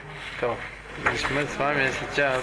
То, значит, мы с вами сейчас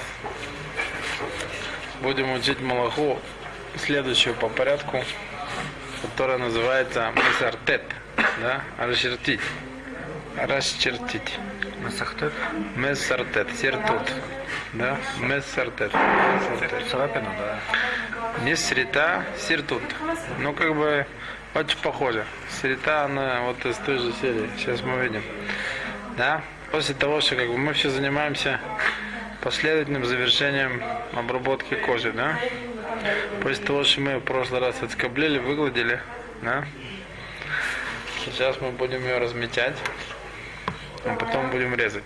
будем учить малаху, следующую по порядку, которая называется месартет, да, расчертить. Расчертить. Месахтет? Месартет, сертут, да, месартет. Царапина, да. Не срита, сертут. Ну, как бы, очень похоже. Срита, она вот из той же серии. Сейчас мы увидим. Да? После того, что как бы мы все занимаемся последовательным завершением обработки кожи, да? После того, что мы в прошлый раз отскоблили, выгладили, да? Сейчас мы будем ее разметять, а потом будем резать.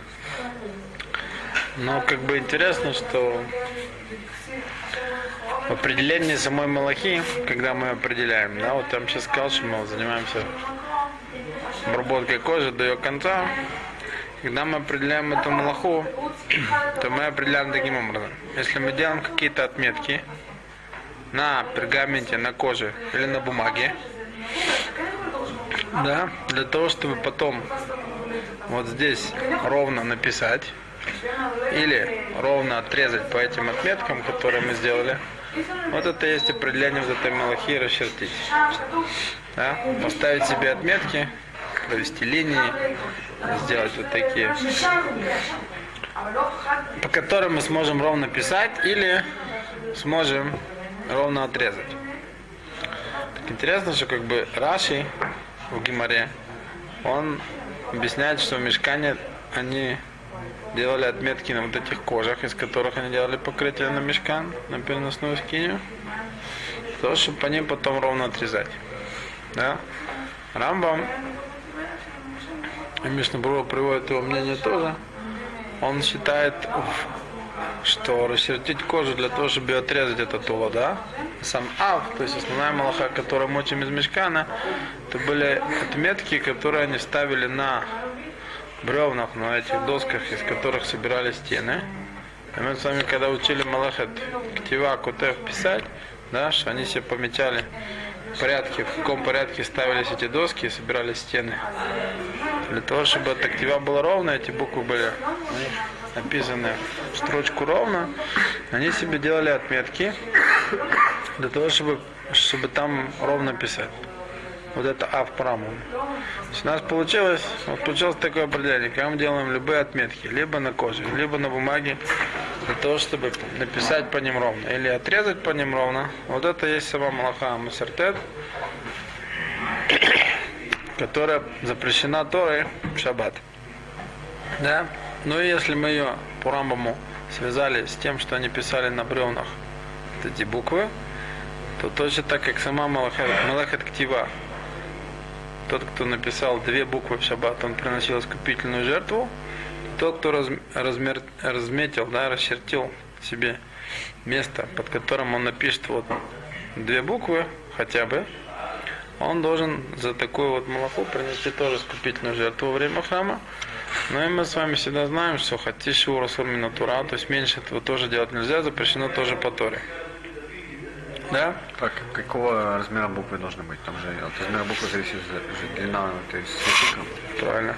Но как бы интересно, что в определении самой малахи, когда мы определяем, да, вот я вам сейчас сказал, что мы занимаемся обработкой кожи до ее конца. Когда мы определяем эту малаху, то мы определяем таким образом. Если мы делаем какие-то отметки на пергаменте, на коже или на бумаге, да, для того, чтобы потом вот здесь ровно написать или ровно отрезать по этим отметкам, которые мы сделали, вот это есть определение вот этой малахи расчертить. Да? Поставить себе отметки, провести линии, сделать вот такие, по которым мы сможем ровно писать или сможем ровно отрезать. Так интересно, что как бы Раши в Гемаре, он объясняет, что в Мишкане они делали отметки на вот этих кожах, из которых они делали покрытие на Мишкан, на переносную скинию, то, чтобы по ним потом ровно отрезать. Да? Рамбам, и Мишна Брура приводит его мнение тоже, он считает, что расчертить кожу для того, чтобы ее отрезать, это тула, да? Сам ав, то есть основная малаха, которую мы учим из Мишкана, это были отметки, которые они ставили на бревнах, на этих досках, из которых собирали стены. И мы с вами, когда учили малахат ктива, кутев писать, да, что они себе помечали в порядке, в каком порядке ставились эти доски и собирали стены. Для того, чтобы эта ктива была ровно, эти буквы были написаны в строчку ровно, они себе делали отметки для того, чтобы там ровно писать. Вот это авпраму. У нас получилось такое определение, когда мы делаем любые отметки, либо на коже, либо на бумаге, для того, чтобы написать по ним ровно, или отрезать по ним ровно. Вот это есть сама малаха месартет, которая запрещена Торой в шаббат. Да? Ну и если мы ее по Рамбаму связали с тем, что они писали на бревнах вот эти буквы, то точно так, как сама малахат ктива, тот, кто написал две буквы в шаббат, он приносил искупительную жертву. Тот, кто разметил, да, расчертил себе место, под которым он напишет вот две буквы хотя бы, он должен за такую вот малаху принести тоже искупительную жертву во время храма. Но и мы с вами всегда знаем, что хати шура сурмина тура, то есть меньше этого тоже делать нельзя, запрещено тоже по Торе. Да? Так, какого размера буквы должны быть? Там же от размера буквы зависит длина, то есть светиком. Правильно.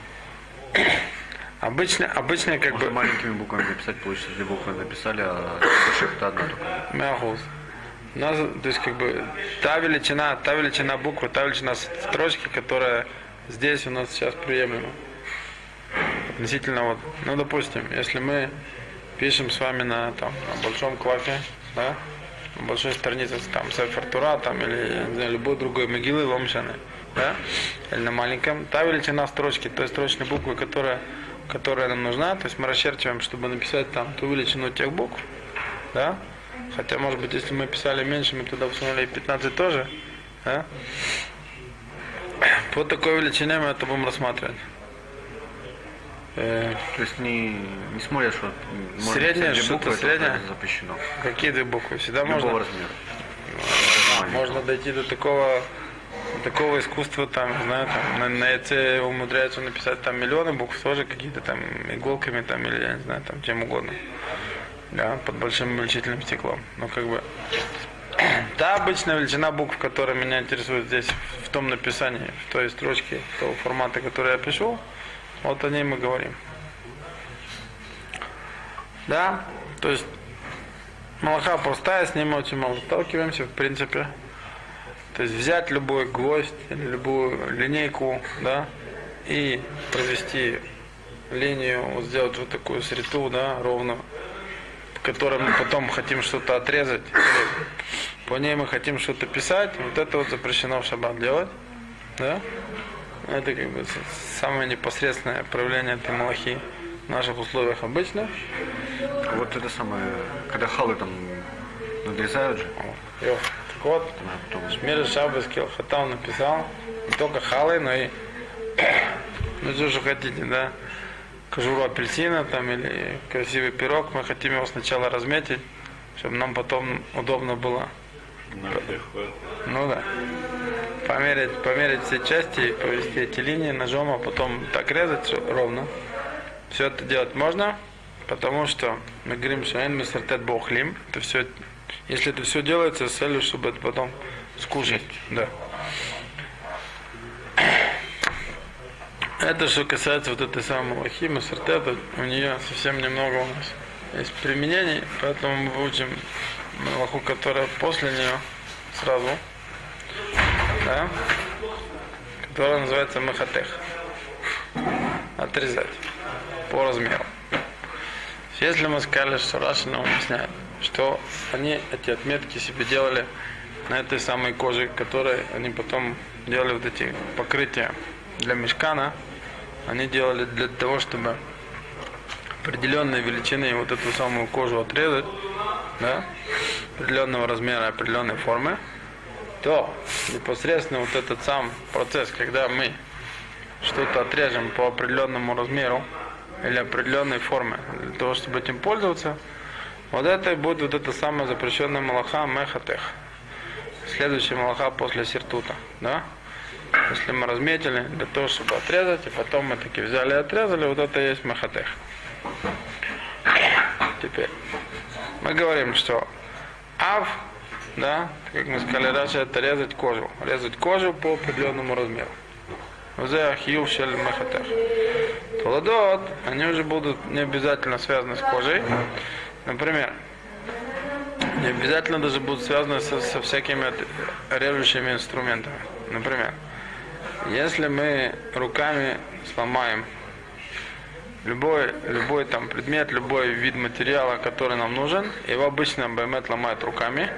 Обычно как можно бы маленькими буквами написать, получится, две буквы написали, а шрифта одна только. Мягус. У нас, то есть как бы та величина буквы, та величина строчки, которая здесь у нас сейчас приемлема. Относительно вот, ну допустим, если мы пишем с вами на большом клафе, да, на большой странице, там Сефер Тура, там или не знаю, любой другой могилы ломшаны, да, или на маленьком, та величина строчки, той строчной буквы, которая нам нужна, то есть мы расчерчиваем, чтобы написать там ту величину тех букв, да, хотя может быть, если мы писали меньше, мы туда всунули 15 тоже, да, по такой величине мы это будем рассматривать. То есть не смотрят, что средняя, что-то среднее запрещено. Какие две буквы? Всегда Любого можно. размера. Можно дойти до такого искусства, там, не знаю, там, на яйце умудряются написать там миллионы букв, тоже какие-то там иголками там, или я не знаю, там чем угодно. Да, под большим увеличительным стеклом. Но как бы та обычная величина букв, которая меня интересует здесь, в том написании, в той строчке, того формата, который я пишу, вот о ней мы говорим. Да? То есть малаха простая, с ней мы очень мало сталкиваемся, в принципе. То есть взять любой гвоздь или любую линейку, да, и провести линию, вот сделать вот такую сриту, да, ровную, по которой мы потом хотим что-то отрезать, или по ней мы хотим что-то писать, вот это вот запрещено в шаббат делать, да. Это как бы самое непосредственное проявление этой малахи в наших условиях обычно. Вот это самое, когда халы там надрезают же. Так вот, Шмир Шаббас Килхатам написал не только халы, но и ну что же хотите, да, кожуру апельсина там или красивый пирог, мы хотим его сначала разметить, чтобы нам потом удобно было. Ну да. Померить все части и повести эти линии ножом, а потом так резать ровно. Все это делать можно, потому что мы говорим, что эн мисертет бохлим. Это все, если это все делается с целью, чтобы это потом скушать. Да. Это что касается вот этой самой малахи, мисертета, у нее совсем немного у нас есть применений, поэтому мы выучим малаху, которая после нее сразу, да, которая называется махатех. Отрезать по размеру. Если мы сказали, что Раши нам объясняет, что они эти отметки себе делали на этой самой коже, которой они потом делали вот эти покрытия для мешкана, они делали для того, чтобы определенной величины вот эту самую кожу отрезать, да, определенного размера, определенной формы, то непосредственно вот этот сам процесс, когда мы что-то отрежем по определенному размеру или определенной форме для того, чтобы этим пользоваться, вот это и будет вот эта самая запрещенная малаха мехатех. Следующая малаха после сиртута, да? Если мы разметили для того, чтобы отрезать, и потом мы таки взяли и отрезали, вот это и есть мехатех. Теперь мы говорим, что ав, да, как мы сказали раньше, это резать кожу по определенному размеру. Уже хиюв шель мехатех. Толадот, они уже будут не обязательно связаны с кожей. Например, не обязательно даже будут связаны со всякими режущими инструментами. Например, если мы руками сломаем любой там предмет, любой вид материала, который нам нужен, его обычно баймет ломает руками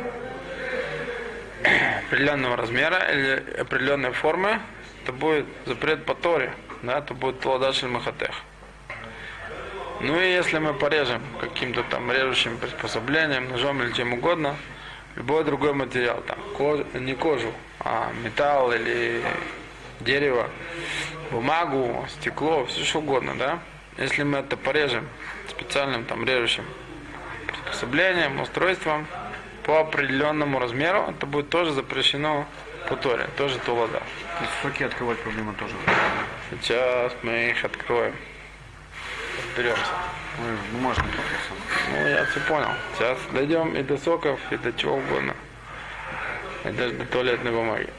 определенного размера или определенной формы, это будет запрет по Торе, да, это будет толадашель махатех. Ну и если мы порежем каким-то там режущим приспособлением, ножом или чем угодно, любой другой материал, там, не кожу, а металл или дерево, бумагу, стекло, все что угодно, да. Если мы это порежем специальным там режущим приспособлением, устройством по определенному размеру, это будет тоже запрещено по Торе, тоже толада. Соки открывать проблема тоже. Сейчас мы их откроем. Разберемся. Ну, можно просто. Ну, я все понял. Сейчас дойдем и до соков, и до чего угодно. И даже до туалетной бумаги.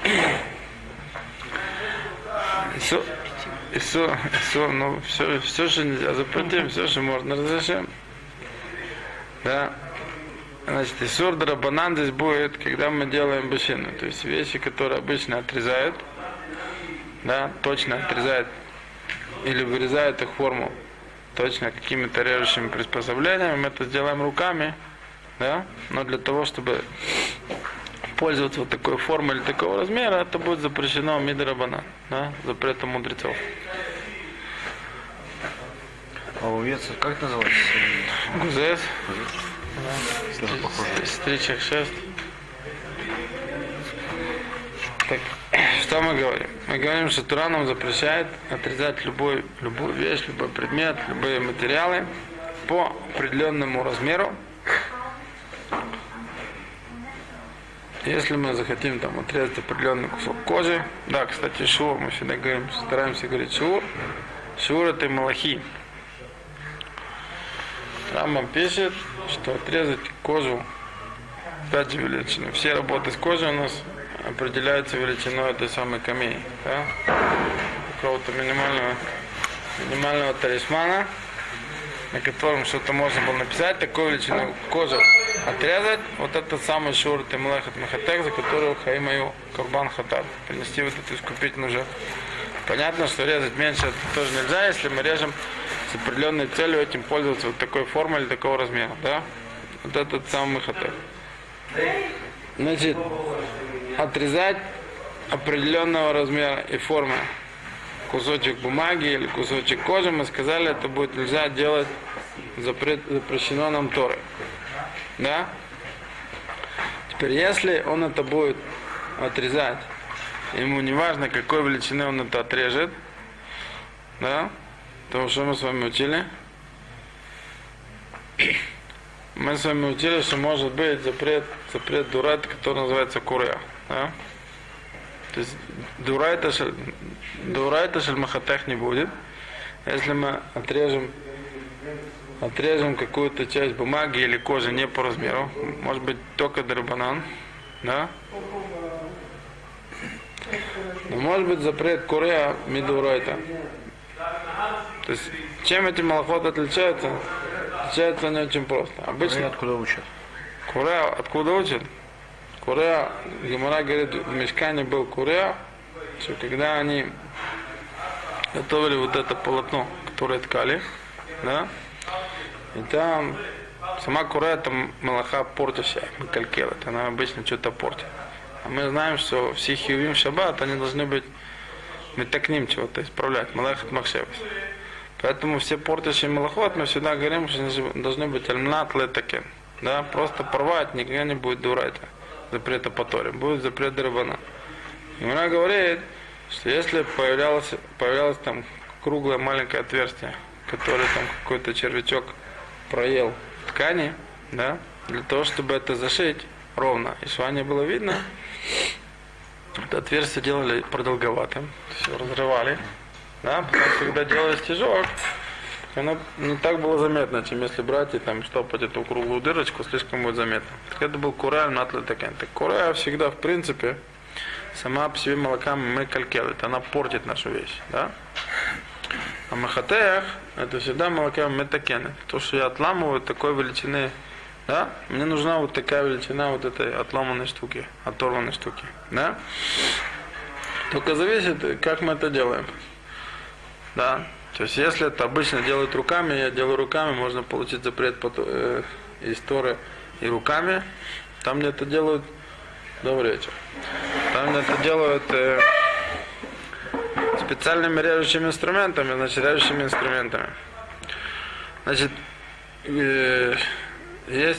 Ну, все, что нельзя запретим, все, что можно разрешим. Да. Значит, исур драбанан здесь будет, когда мы делаем башину. То есть вещи, которые обычно отрезают, да, точно отрезают или вырезают их форму точно какими-то режущими приспособлениями, мы это сделаем руками, да, но для того, чтобы пользоваться вот такой формой или такого размера, это будет запрещено мидрабанан, да, запретом мудрецов. А у веца как называется? Гузес. Даже похоже. Стричек 6. Так, что мы говорим? Мы говорим, что Тора нам запрещает отрезать любую вещь, любой предмет, любые материалы по определенному размеру. Если мы захотим там отрезать определенный кусок кожи, да, кстати, шур, мы всегда говорим, стараемся говорить шур. Шур это малахи. Рамбам пишет, что отрезать кожу 5 величин. Все работы с кожей у нас определяются величиной этой самой камеи, да? Какого-то минимального талисмана на котором что-то можно было написать, такую величину кожи отрезать, вот этот самый шур темлехат мехатех, за которую хаимаю карбан хатат, принести вот эту искупительную жертву. Понятно, что резать меньше это тоже нельзя, если мы режем с определенной целью этим пользоваться вот такой формой или такого размера, да? Вот этот самый хатех. Значит, отрезать определенного размера и формы кусочек бумаги или кусочек кожи, мы сказали, это будет нельзя делать, запрещено нам Торой. Да? Теперь, если он это будет отрезать, ему не важно, какой величины он это отрежет, да? То, что мы с вами учили? Мы с вами учили, что может быть запрет дурат, который называется куреа. Да? То есть дурайта шельмахатех не будет. Если мы отрежем какую-то часть бумаги или кожи не по размеру, может быть только драбанан, да? Но может быть запрет куреа мидурайта. То есть чем эти малахот отличаются? Отличаются они очень просто. Обычно откуда учат? Куреа откуда учат? Куреа, Гемара говорит, в мешкане был куреа, что когда они готовили вот это полотно, которое ткали, да, и там сама куреа, это малаха портящая, калькелет, она обычно что-то портит. А мы знаем, что все хиувим в шаббат, они должны быть метакним чего-то исправлять, малахат махшевес. Поэтому все портящие малахот, мы всегда говорим, что они должны быть альмнат летакен, да, просто порвать, никогда не будет дурайта. Запрета по Торе, будет запрет драбана. И она говорит, что если появлялось там круглое маленькое отверстие, которое там какой-то червячок проел в ткани, да, для того, чтобы это зашить ровно, и шва не было видно, это отверстие делали продолговатым, все разрывали, да, потому что когда делали стежок, оно не так было заметно, чем если брать и там штопать эту круглую дырочку, слишком будет заметно. Так это был куреа натлетакен. Так куреа всегда, в принципе, сама по себе молока мы калькелит, она портит нашу вещь, да? А махатеях, это всегда молока метакены. То, что я отламываю такой величины, да? Мне нужна вот такая величина вот этой отломанной штуки, оторванной штуки, да? Только зависит, как мы это делаем, да? То есть, если это обычно делают руками, я делаю руками, можно получить запрет из Торы и руками. Там, где это делают, добрый вечер. Там, где это делают специальными режущими инструментами, значит, режущими инструментами. Значит, есть,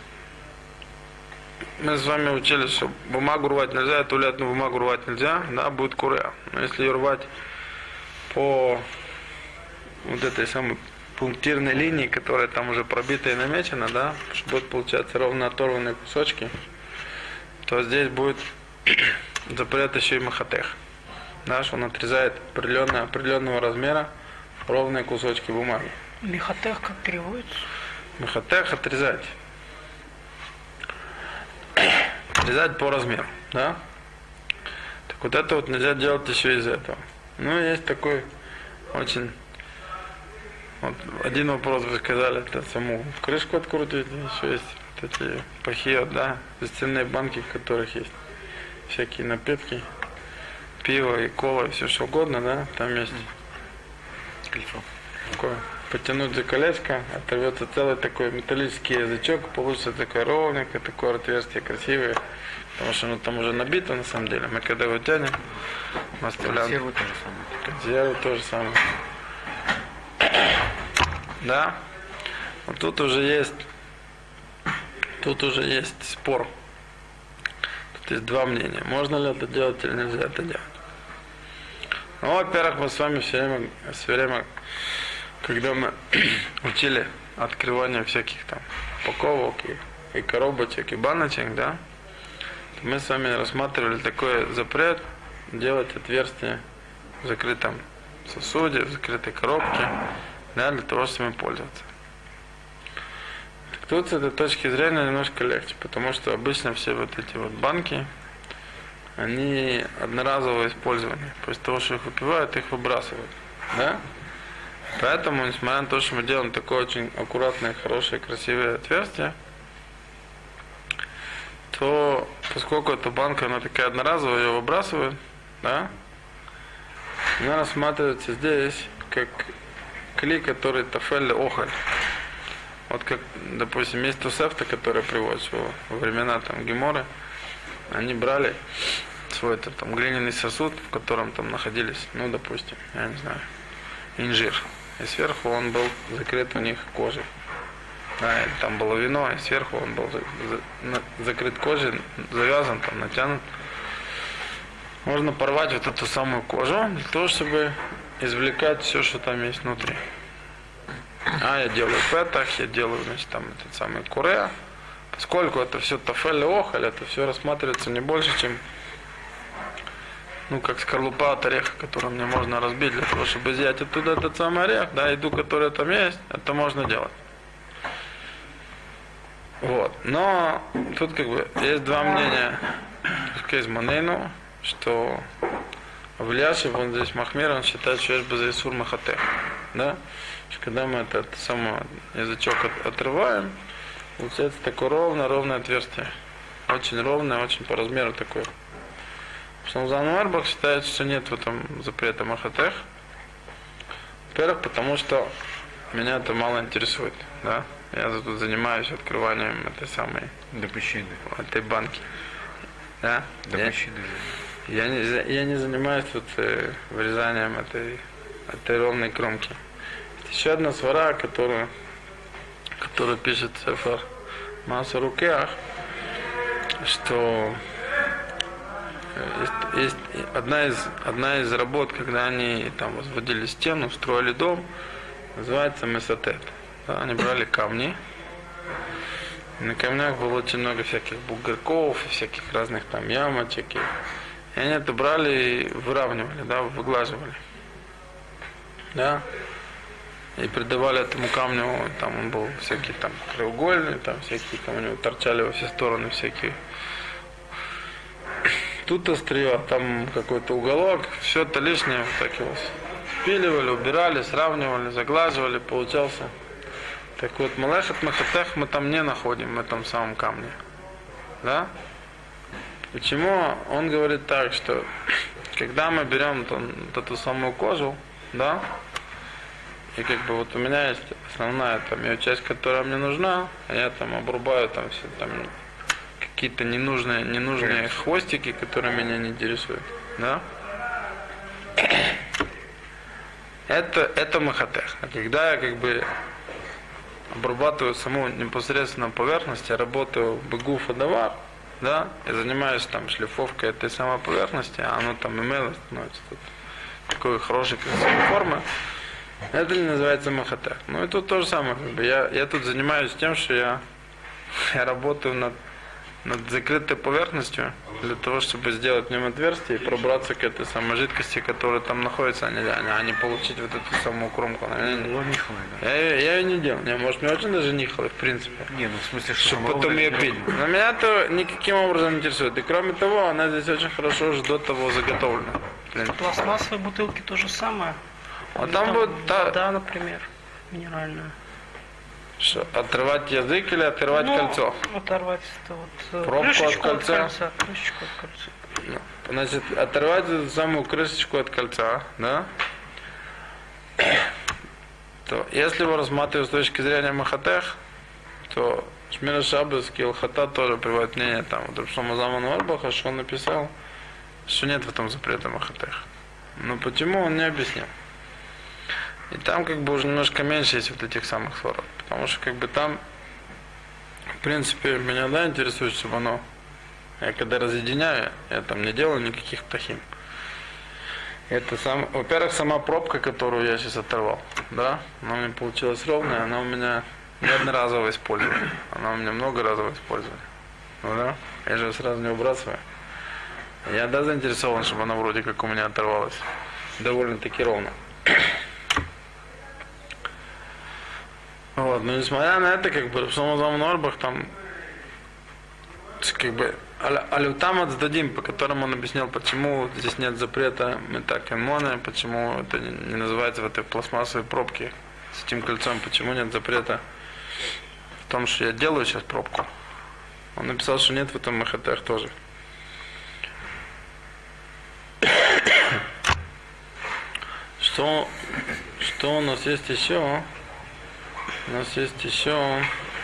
мы с вами учили, что бумагу рвать нельзя, туалетную бумагу рвать нельзя, да, будет куреа. Но если ее рвать по вот этой самой пунктирной линии, которая там уже пробита и намечена, да, что будет получаться ровно оторванные кусочки, то здесь будет запрет еще и махатех. Да, что он отрезает определенного размера ровные кусочки бумаги. Мехатех как переводится? Мехатех отрезать. Отрезать по размеру, да? Так вот это вот нельзя делать еще из этого. Ну, есть такой очень... Вот один вопрос вы сказали, это саму крышку открутить, еще есть вот эти пахиот, да, жестяные банки, в которых есть всякие напитки, пиво и кола, и все что угодно, да, там есть Кольцо. такое, потянуть за колечко, оторвется целый такой металлический язычок, получится такое ровненькое, такое отверстие красивое, потому что оно там уже набито на самом деле, мы когда его тянем, мы оставляем... Консервы то же самое. Консервы то же самое. Да? Вот тут уже есть спор. Тут есть два мнения. Можно ли это делать или нельзя это делать. Ну, во-первых, мы с вами все время, когда мы учили открывание всяких там упаковок и коробочек, и баночек, да, то мы с вами рассматривали такой запрет делать отверстие в закрытом сосуде, в закрытой коробке, да, для того, чтобы им пользоваться. Так тут с этой точки зрения немножко легче, потому что обычно все вот эти вот банки, они одноразового использования. После того, что их выпивают, их выбрасывают. Да? Поэтому, несмотря на то, что мы делаем такое очень аккуратное, хорошее, красивое отверстие, то поскольку эта банка, она такая одноразовая, ее выбрасывают, да, она рассматривается здесь как кли, который тафель охаль. Вот как, допустим, есть тусефта, которые приводят во времена там Геморы, они брали свой там глиняный сосуд, в котором там находились, ну, допустим, я не знаю, инжир. И сверху он был закрыт у них кожей. Да, и там было вино, и сверху он был закрыт кожей, завязан, там, натянут. Можно порвать вот эту самую кожу для того, чтобы извлекать все, что там есть внутри. Я делаю петах, я делаю, значит, там этот самый куре. Поскольку это все тафель и охаль, это все рассматривается не больше, чем, ну, как скорлупа от ореха, которую мне можно разбить для того, чтобы взять оттуда этот самый орех, да, еду, которая там есть, это можно делать. Вот. Но тут как бы есть два мнения из Манейну, что в Ляшев, он здесь Махмир, он считает, что есть базаисур махатех. Да? Что когда мы этот самый язычок отрываем, получается такое ровное отверстие. Очень ровное, очень по размеру такое. Шамзан Марбах считает, что нет в этом запрета махатех. Во-первых, потому что меня это мало интересует. Да? Я тут занимаюсь открыванием этой самой Допущение. этой банки. Да? Допущение. Я не занимаюсь тут вырезанием этой ровной кромки. Есть еще одна свара, которая пишет Сефар Маса Рукеах, что есть одна из работ, когда они там возводили стену, строили дом, называется месатет. Да, они брали камни. На камнях было очень много всяких бугорков, всяких разных там ямочек. И они это брали и выравнивали, да, выглаживали. Да. И придавали этому камню, там он был всякий там краеугольный, там всякие там у него торчали во все стороны всякие. Тут острие, там какой-то уголок, все это лишнее, вот так его спиливали, убирали, сравнивали, заглаживали, получался. Так вот, Малехет Махатех мы там не находим, в этом самом камне. Да? Почему? Он говорит так, что когда мы берем там, вот эту самую кожу, да, и как бы вот у меня есть основная там ее часть, которая мне нужна, я там обрубаю там все там какие-то ненужные хвостики, которые меня не интересуют, да? Это махатех. А когда я как бы обрабатываю саму непосредственно поверхность, я работаю бегуф адавар, да, и занимаюсь там шлифовкой этой самой поверхности, а оно там имело становится тут такой хорошей красивой формы. Это не называется махатех. Ну и тут то же самое, как бы я тут занимаюсь тем, что я работаю над закрытой поверхностью для того, чтобы сделать в нем отверстие и пробраться к этой самой жидкости, которая там находится, а не получить вот эту самую кромку. Я ее не делал. Может, мне очень даже нихало, в принципе. Не, ну в смысле, чтобы потом ее пить. Но меня это никаким образом не интересует. И кроме того, она здесь очень хорошо уже до того заготовлена. Пластмассовые бутылки то же самое. А там будет вода, например, минеральная. Что, отрывать язык или отрывать кольцо? Оторвать это вот Пробку крышечку от кольца. Крышечку от кольца. Значит, отрывать эту самую крышечку от кольца, да? То если его рассматривать с точки зрения махатех, то Шмира Шабас, Килхата тоже приводит мнение там, вот Шамазаман Варбаха, что он написал, что нет в этом запрета махатех. Но почему, он не объяснил. И там как бы уже немножко меньше есть вот этих самых сваров. Потому что как бы там, в принципе, меня, да, интересует, чтобы оно, я когда разъединяю, я там не делаю никаких птахим. Это во-первых, сама пробка, которую я сейчас оторвал, да, она у меня получилась ровная, она у меня не одноразовое использование, она у меня многоразовое использование. Ну да, я же ее сразу не выбрасываю. Я, да, заинтересован, чтобы она вроде как у меня оторвалась довольно-таки ровно. Вот, но несмотря на это, как бы в Самозам Норбах там как бы алютам отдадим, по которому он объяснял, почему здесь нет запрета метакенмона, почему это не называется в этой пластмассовой пробке с этим кольцом, почему нет запрета в том, что я делаю сейчас пробку. Он написал, что нет в этом махатех тоже. Что у нас есть еще? У нас есть еще...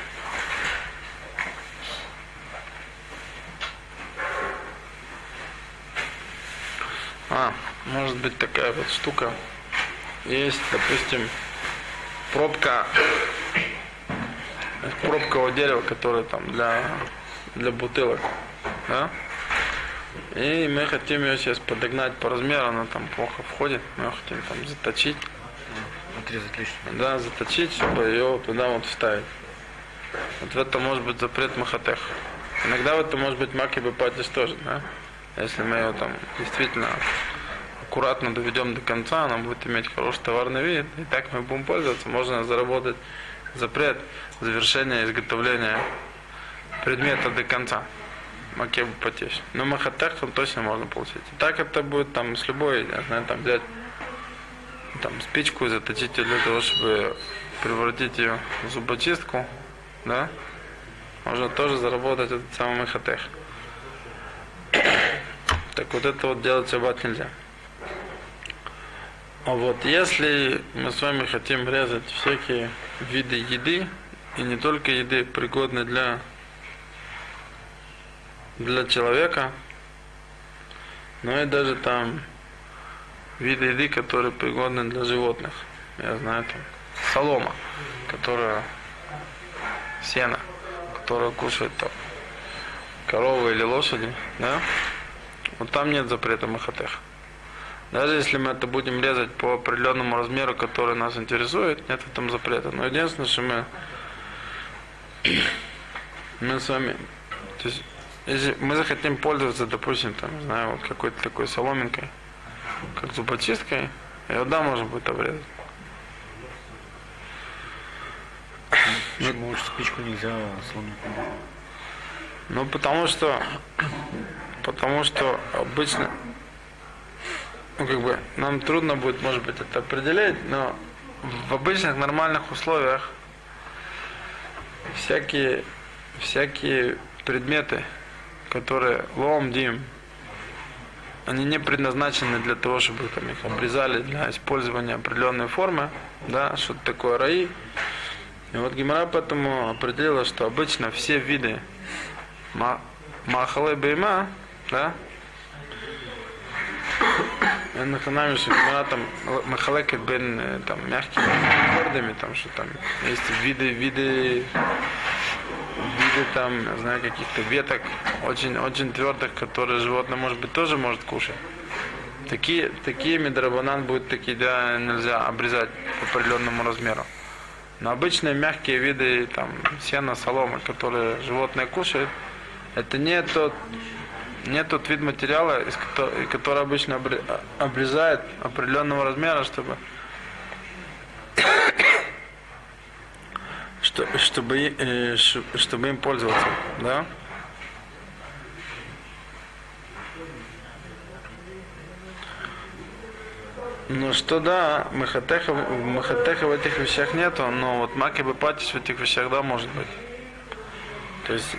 Может быть такая вот штука. Есть, допустим, пробка от дерева, которая там для бутылок. Да? И мы хотим ее сейчас подогнать по размеру, она там плохо входит, мы ее хотим там заточить. Отрезать лишнее. Да, заточить, чтобы ее туда вот вставить. Вот в этом может быть запрет махатех. Иногда в этом может быть макибе патиш тоже, да? Если мы ее там действительно аккуратно доведем до конца, она будет иметь хороший товарный вид, и так мы будем пользоваться, можно заработать запрет завершения изготовления предмета до конца. Макебу потечь. Но махатех там точно можно получить. И так это будет там с любой, я знаю, там взять там спичку и заточить ее для того, чтобы превратить ее в зубочистку, да? Можно тоже заработать этот самый махатех. Так вот это вот делать шаббат нельзя. А вот если мы с вами хотим резать всякие виды еды, и не только еды, пригодные для человека, но и даже там виды еды, которые пригодны для животных. Я знаю, там солома, которая сено, которую кушают там коровы или лошади, да? Вот там нет запрета махатех. Даже если мы это будем резать по определенному размеру, который нас интересует, нет в этом запрета. Но единственное, что мы с вами, то есть, если мы захотим пользоваться, допустим, там, не знаю, вот какой-то такой соломинкой, как зубочисткой, ее да, можно будет обрезать. Почему уж спичку нельзя, а соломинку? Ну, потому что обычно, ну, как бы, нам трудно будет, может быть, это определить, но в обычных нормальных условиях всякие предметы, которые лом-дим, они не предназначены для того, чтобы там, их обрезали для использования определенной формы, да, что-то такое раи. И вот Гемара поэтому определила, что обычно все виды махале бейма, да, наханами, что Гемара там махалекет бен там мягкими и твердыми, там что там есть виды там, я знаю, каких-то веток очень твердых, которые животное, может быть, тоже может кушать. Такие медрабанан будут такие, да, нельзя обрезать по определенному размеру. Но обычные мягкие виды там сена, соломы, которые животное кушает, это не тот вид материала, который обычно обрезает определенного размера, чтобы им пользоваться, да? Ну что да, махатеха в этих вещах нету, но вот макебе патиш в этих вещах да может быть. То есть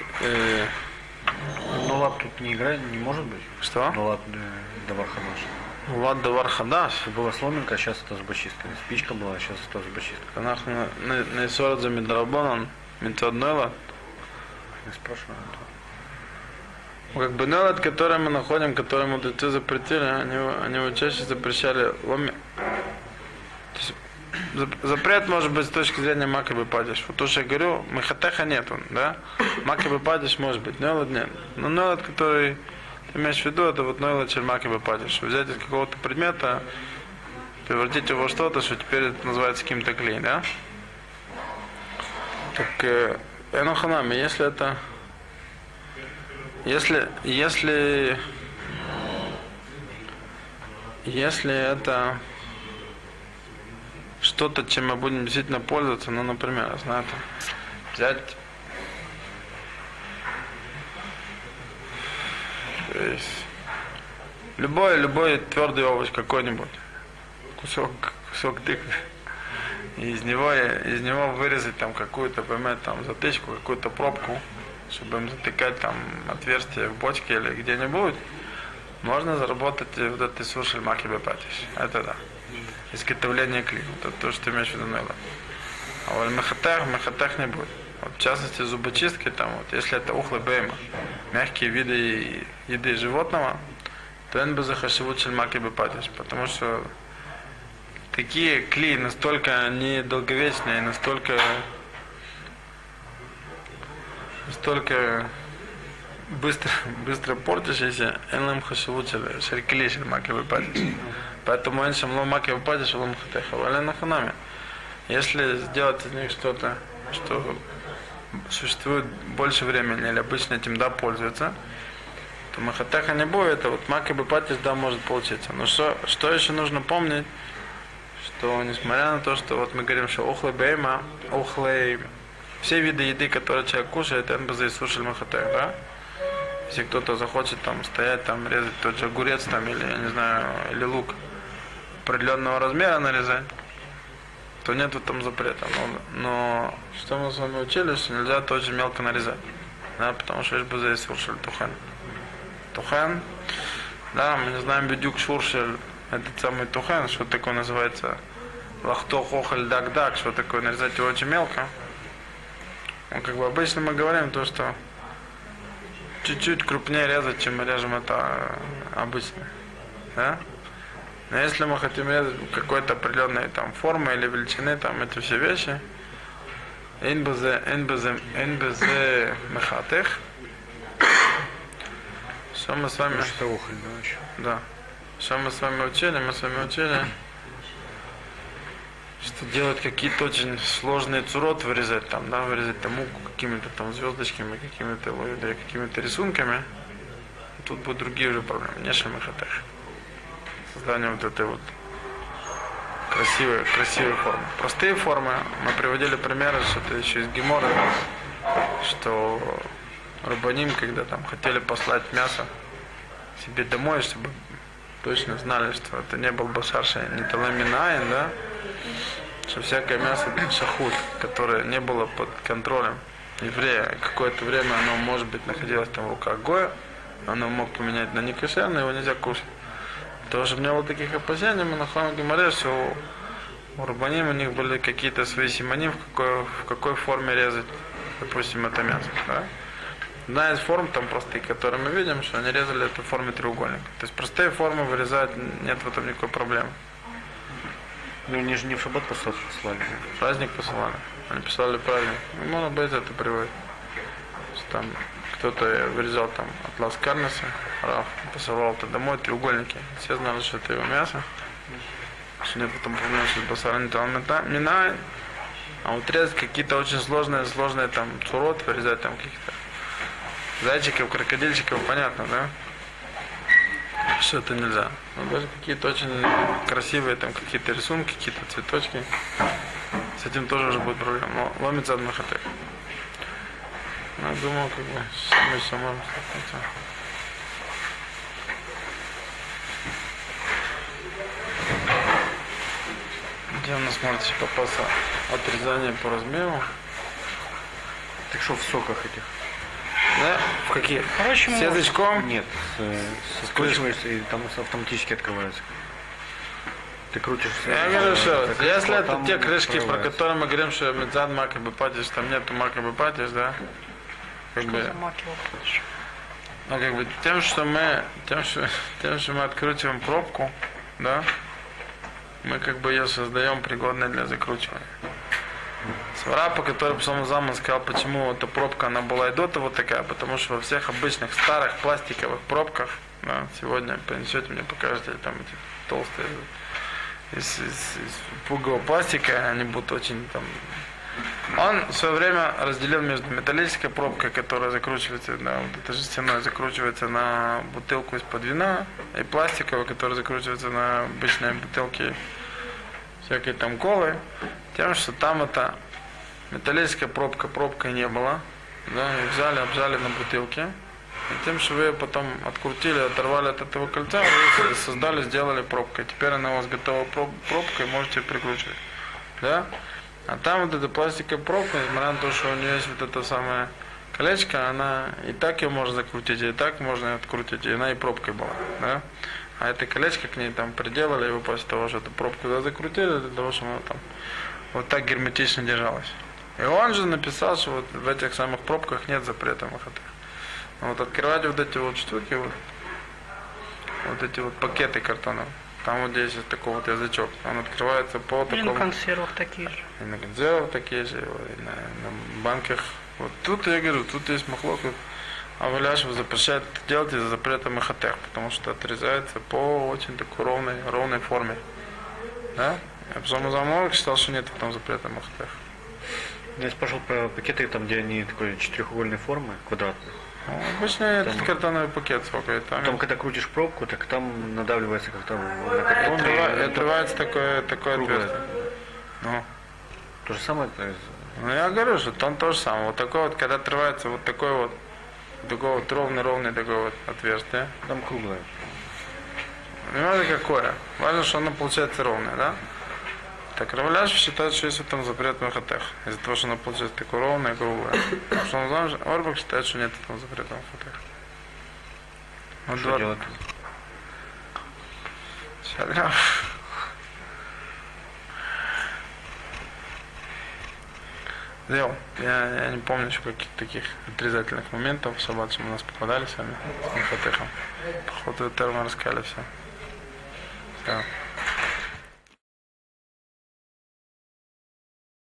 Ну лад тут не играет, не может быть. что? Ну лад давар хадаш. Лад давар хадаш. Была сломинка, а сейчас это зубочистка. Спичка была, а сейчас это зубочистка. Канах на исорат за медрабонан, митоднойла. Не спрашиваю. Как бы нелад, который мы находим, который мудрецы запретили, они его чаще запрещали ломи. То есть, запрет может быть с точки зрения макабы падиш. Вот то, что я говорю, махатеха нету, да? Макабы падиш может быть, нелад нет. Но нелад, который ты имеешь в виду, это вот нелад чель макабы падиш. Взять из какого-то предмета, превратить его во что-то, что теперь это называется каким-то клей, да? Так, эноханами, если это... Если это что-то, чем мы будем действительно пользоваться, ну, например, я знаю, там, взять То есть любой твердый овощ какой-нибудь, кусок тыквы, и из него вырезать там какую-то, понимаете, там затычку, какую-то пробку, чтобы им затыкать там отверстие в бочке или где-нибудь, можно заработать вот этой суши маки бепатиш. Это да. Изготовление клей. Это то, что ты имеешь в виду, Нойла. А вот мехатех не будет. Вот, в частности, зубочистки, там, вот, если это ухлы бейма, мягкие виды еды животного, то он бы захашивут шельмаки бепатиш. Потому что такие клей настолько недолговечные, настолько быстро портящиеся, энлам хашивут шелькли шельмаки бепатиш. Поэтому он шамло маки бепатиш, улам хатеха. Валена ханами. Если сделать из них что-то, что существует больше времени или обычно этим пользуется, то махатеха не будет, это вот маки бепатиш может получиться. Но что еще нужно помнить, что несмотря на то, что вот мы говорим, что ухлы бейма, все виды еды, которые человек кушает, это бы заисушили махатех, да? Если кто-то захочет там стоять, там резать тот же огурец там, или, я не знаю, или лук определенного размера нарезать, то нет в этом запрета. Но что мы с вами учили, что нельзя это очень мелко нарезать. Да, потому что есть бы здесь шуршель тухен. Тухен, да, мы не знаем бедюк шуршель, этот самый тухен, что такое называется лахто хохаль дак-дак, что такое нарезать его очень мелко. Ну, как бы обычно мы говорим то, что чуть-чуть крупнее резать, чем мы режем это обычно. Да? Но если мы хотим резать какой-то определенной там формы или величины, там эти все вещи, инбезе мехатех, что мы с вами... Что ухоль, да, еще? Да. Что мы с вами учили? Мы с вами учили, что делать какие-то очень сложные цурот, вырезать там, да, вырезать там муку какими-то там звездочками, какими-то рисунками. Тут будут другие уже проблемы, не шамихатех. Создание вот этой вот красивой формы. Простые формы, мы приводили примеры, что это еще из Гемора, что рабаним, когда там хотели послать мясо себе домой, чтобы точно знали, что это не был башарши, не таламинаин, да, что всякое мясо шахут, которое не было под контролем еврея, какое-то время оно, может быть, находилось там в руках гоя, оно мог поменять на некошерное, его нельзя кушать. Потому что не было таких опасений, мы находим в Гемаре, что у рабаним у них были какие-то свои симоним, в какой форме резать, допустим, это мясо. Да? Одна из форм, там простые, которые мы видим, что они резали это в форме треугольника. То есть простые формы вырезать, нет в этом никакой проблемы. Ну они же не в шаббат послали. Праздник посылали. Они писали праздник. Можно быть это приводит. Там кто-то вырезал там атлас карнеса, Раф посылал это домой, треугольники. Все знали, что это его мясо. Что нет в этом проблемы, что басара не минает. А вот резать какие-то очень сложные там цурот, вырезать там каких-то зайчиков, крокодильчиков, понятно, да? Что это нельзя. Но даже какие-то очень красивые там какие-то рисунки, какие-то цветочки. С этим тоже уже будет проблема. Но ломится от махатек. Ну, я думаю, как бы мы все можем столкнуться. Где у нас можете попасться отрезание по размеру? Так что в соках этих? Да? В каких? Короче, с язычком? Нет, скручиваешь и там автоматически открывается. Ты крутишь. Я говорю, что если это там те крышки, про открывается. которые мы говорим, что мецад мака бепатиш, там нету мака бепатиш, да? Как бы, ну, как бы тем, что мы откручиваем пробку, да, мы как бы ее создаем пригодной для закручивания. Свара, по которой Псалом Залман сказал, почему эта пробка, она была и до того такая, потому что во всех обычных старых пластиковых пробках, да, сегодня принесете мне, покажете там эти толстые из пугового пластика, они будут очень там... Он в свое время разделил между металлической пробкой, которая закручивается, да, вот это жестяной закручивается на бутылку из-под вина, и пластиковой, которая закручивается на обычные бутылки всякой там колы, тем, что там это металлическая пробка, пробкой не было, да, и взяли, обжали на бутылке, И тем, что вы ее потом открутили, оторвали от этого кольца, вы создали, сделали пробкой. Теперь она у вас готова пробка, и можете прикручивать. Да? А там вот эта пластиковая пробка, несмотря на то, что у нее есть вот это самое колечко, она и так ее можно закрутить, и так можно ее открутить, и она и пробкой была. Да? А это колечко к ней там приделали, его после того, что эту пробку туда закрутили, для того, чтобы она там вот так герметично держалась. И он же написал, что вот в этих самых пробках нет запрета МХТ. Вот открывать вот эти вот штуки, вот эти вот пакеты картона, там вот здесь есть такой вот язычок, он открывается по Или на такому... консервах такие же. И на консервах такие же, и на банках. Вот тут я говорю, тут есть махлок, а Валяшев запрещает это делать из-за запрета МХТ, потому что отрезается по очень такой ровной форме. Да? А потом Замолк считал, что нет там запрета МХТ. Я спрашивал про пакеты, там, где они такой четырехугольной формы, квадратной. Ну, обычно этот картоновый пакет сколько Там, когда крутишь пробку, так там надавливается как-то на картон. и отрывается такое круглое. отверстие. Ну. То же самое, то есть, Ну я говорю, что там то же самое. Вот такой вот, когда отрывается вот такой вот ровный такой вот отверстие. там круглое. Не важно какое. Важно, что оно получается ровное, да? Так Равляшев считает, что есть в этом запрет МХТ. Из-за того, что оно получается такое ровное, круглое. Потому что он знает, Орбак считает, что нет в этом запрета МХТ. Вот Что делать? Сделал. Я не помню еще каких-то таких отрезательных моментов в шаббат, что у нас попадали сами с МХТ. Походу, термо раскали все. Все.